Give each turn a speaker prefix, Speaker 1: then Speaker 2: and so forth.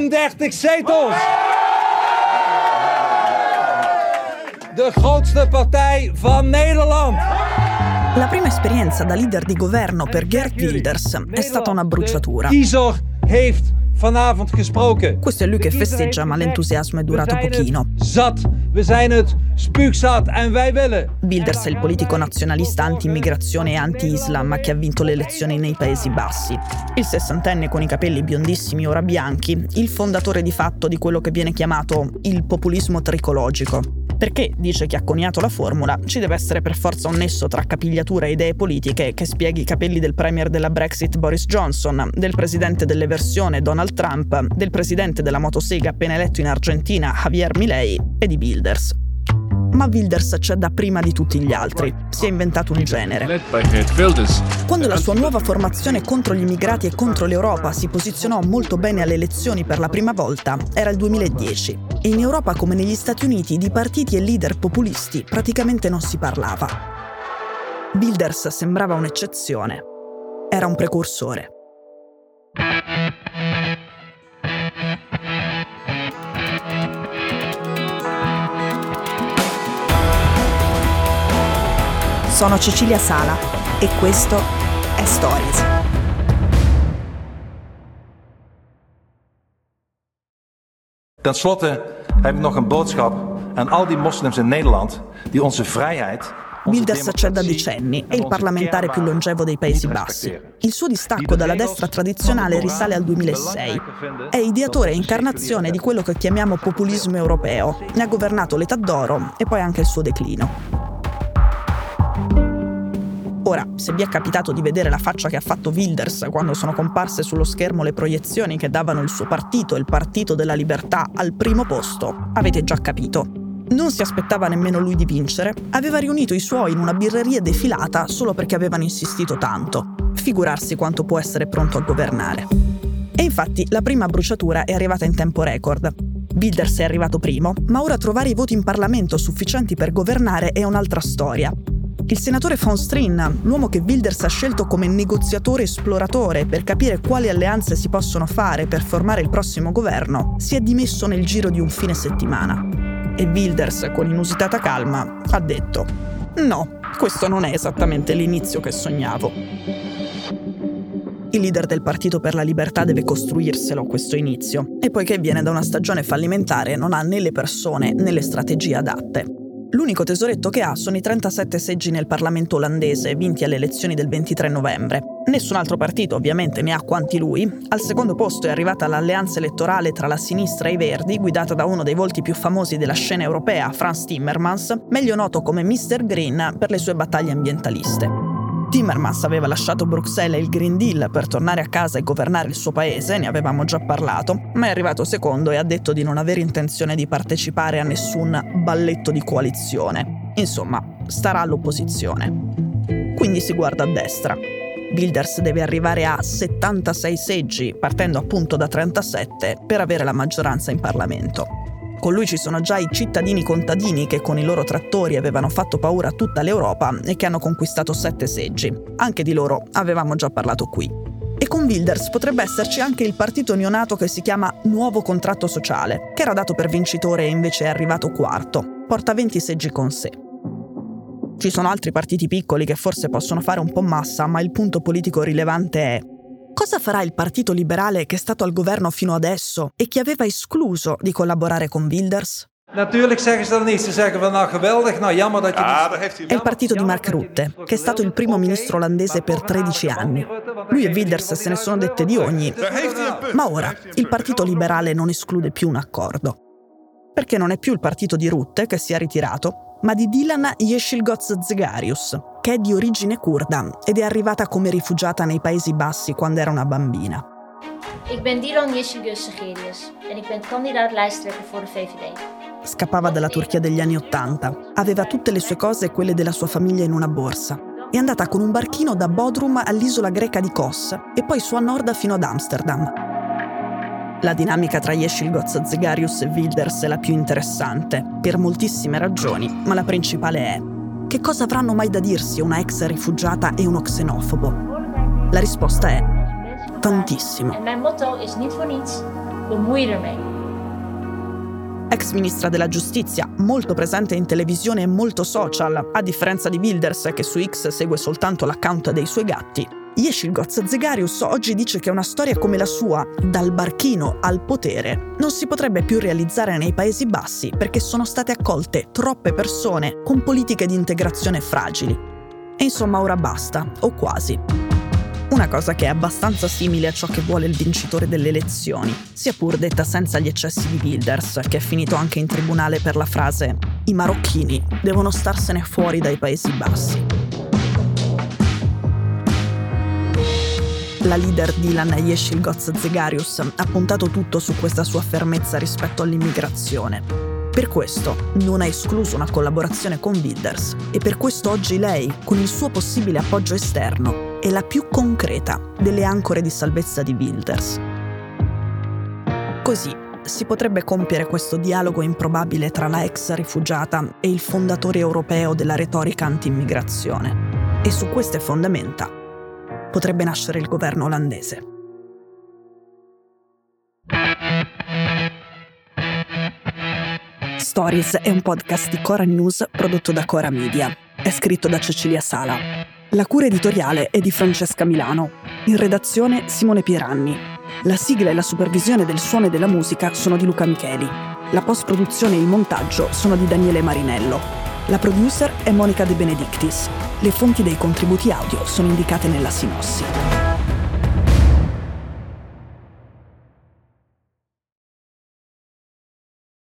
Speaker 1: 38 zetels! De grootste partij van Nederland!
Speaker 2: La prima esperienza da leader di governo per Geert Wilders è stata una bruciatura.
Speaker 1: Kiezer heeft vanavond gesproken.
Speaker 2: Questo è lui che festeggia, ma l'entusiasmo è durato pochino.
Speaker 1: Zat, we zijn het spuugzat en wij willen.
Speaker 2: Wilders è il politico nazionalista anti-immigrazione e anti-Islam che ha vinto le elezioni nei Paesi Bassi. Il sessantenne con i capelli biondissimi ora bianchi, il fondatore di fatto di quello che viene chiamato il populismo tricologico. Perché, dice chi ha coniato la formula, ci deve essere per forza un nesso tra capigliatura e idee politiche che spieghi i capelli del premier della Brexit Boris Johnson, del presidente dell'eversione Donald Trump, del presidente della motosega appena eletto in Argentina Javier Milei e di Wilders. Ma Wilders c'è da prima di tutti gli altri. Si è inventato un genere. Quando la sua nuova formazione contro gli immigrati e contro l'Europa si posizionò molto bene alle elezioni per la prima volta, era il 2010. E in Europa, come negli Stati Uniti, di partiti e leader populisti praticamente non si parlava. Wilders sembrava un'eccezione. Era un precursore. Sono Cecilia Sala e questo è Stories.
Speaker 3: Ten slotte heb ik nog een boodschap aan al die moslims in Nederland die onze vrijheid.
Speaker 2: Wilders c'è da decenni, è il parlamentare più longevo dei Paesi Bassi. Il suo distacco dalla destra tradizionale risale al 2006. È ideatore e incarnazione di quello che chiamiamo populismo europeo. Ne ha governato l'età d'oro e poi anche il suo declino. Ora, se vi è capitato di vedere la faccia che ha fatto Wilders quando sono comparse sullo schermo le proiezioni che davano il suo partito, il Partito della Libertà, al primo posto, avete già capito. Non si aspettava nemmeno lui di vincere, aveva riunito i suoi in una birreria defilata solo perché avevano insistito tanto. Figurarsi quanto può essere pronto a governare. E infatti la prima bruciatura è arrivata in tempo record. Wilders è arrivato primo, ma ora trovare i voti in Parlamento sufficienti per governare è un'altra storia. Il senatore von Strien, l'uomo che Wilders ha scelto come negoziatore esploratore per capire quali alleanze si possono fare per formare il prossimo governo, si è dimesso nel giro di un fine settimana. E Wilders, con inusitata calma, ha detto: «No, questo non è esattamente l'inizio che sognavo». Il leader del Partito per la Libertà deve costruirselo questo inizio, e poiché viene da una stagione fallimentare non ha né le persone né le strategie adatte. L'unico tesoretto che ha sono i 37 seggi nel Parlamento olandese, vinti alle elezioni del 23 novembre. Nessun altro partito ovviamente ne ha quanti lui. Al secondo posto è arrivata l'alleanza elettorale tra la sinistra e i Verdi, guidata da uno dei volti più famosi della scena europea, Frans Timmermans, meglio noto come Mr. Green per le sue battaglie ambientaliste. Timmermans aveva lasciato Bruxelles e il Green Deal per tornare a casa e governare il suo paese, ne avevamo già parlato, ma è arrivato secondo e ha detto di non avere intenzione di partecipare a nessun balletto di coalizione. Insomma, starà all'opposizione. Quindi si guarda a destra. Wilders deve arrivare a 76 seggi, partendo appunto da 37, per avere la maggioranza in Parlamento. Con lui ci sono già i cittadini contadini che con i loro trattori avevano fatto paura a tutta l'Europa e che hanno conquistato 7 seggi. Anche di loro avevamo già parlato qui. E con Wilders potrebbe esserci anche il partito neonato che si chiama Nuovo Contratto Sociale, che era dato per vincitore e invece è arrivato quarto. Porta 20 seggi con sé. Ci sono altri partiti piccoli che forse possono fare un po' massa, ma il punto politico rilevante è: cosa farà il Partito Liberale che è stato al governo fino adesso e che aveva escluso di collaborare con Wilders?
Speaker 1: Natuurlijk zeggen ze dat niet. Ze zeggen van nou geweldig, nou jammer dat je...
Speaker 2: È il partito di Mark Rutte, che è stato il primo ministro olandese per 13 anni. Lui e Wilders se ne sono dette di ogni. Ma ora il Partito Liberale non esclude più un accordo. Perché non è più il partito di Rutte, che si è ritirato, ma di Dilan Yeşilgöz Zegarius, che è di origine curda ed è arrivata come rifugiata nei Paesi Bassi quando era una bambina.
Speaker 4: Ik ben Dilan Yeşilgöz Zegarius en ik ben kandidaat lijsttrekker voor de VVD.
Speaker 2: Scappava dalla Turchia degli anni '80, aveva tutte le sue cose e quelle della sua famiglia in una borsa. È andata con un barchino da Bodrum all'isola greca di Kos e poi su a nord fino ad Amsterdam. La dinamica tra Yeşilgöz Zegarius e Wilders è la più interessante, per moltissime ragioni, ma la principale è: che cosa avranno mai da dirsi una ex rifugiata e uno xenofobo? La risposta è: tantissimo.
Speaker 4: En mijn motto is niet voor niets. Bemoei ermee.
Speaker 2: Ex ministra della giustizia, molto presente in televisione e molto social, a differenza di Wilders che su X segue soltanto l'account dei suoi gatti, Yeşilgöz Zegarius oggi dice che una storia come la sua, dal barchino al potere, non si potrebbe più realizzare nei Paesi Bassi perché sono state accolte troppe persone con politiche di integrazione fragili. E insomma ora basta, o quasi. Una cosa che è abbastanza simile a ciò che vuole il vincitore delle elezioni, sia pur detta senza gli eccessi di Wilders, che è finito anche in tribunale per la frase «I marocchini devono starsene fuori dai Paesi Bassi». La leader Dilan Yeşilgöz Zegarius ha puntato tutto su questa sua fermezza rispetto all'immigrazione. Per questo non ha escluso una collaborazione con Wilders e per questo oggi lei, con il suo possibile appoggio esterno, è la più concreta delle ancore di salvezza di Wilders. Così si potrebbe compiere questo dialogo improbabile tra la ex rifugiata e il fondatore europeo della retorica anti-immigrazione. E su queste fondamenta potrebbe nascere il governo olandese. Stories è un podcast di Cora News prodotto da Cora Media. È scritto da Cecilia Sala. La cura editoriale è di Francesca Milano. In redazione Simone Pieranni. La sigla e la supervisione del suono e della musica sono di Luca Micheli. La post-produzione e il montaggio sono di Daniele Marinello. La producer è Monica De Benedictis. Le fonti dei contributi audio sono indicate nella sinossi.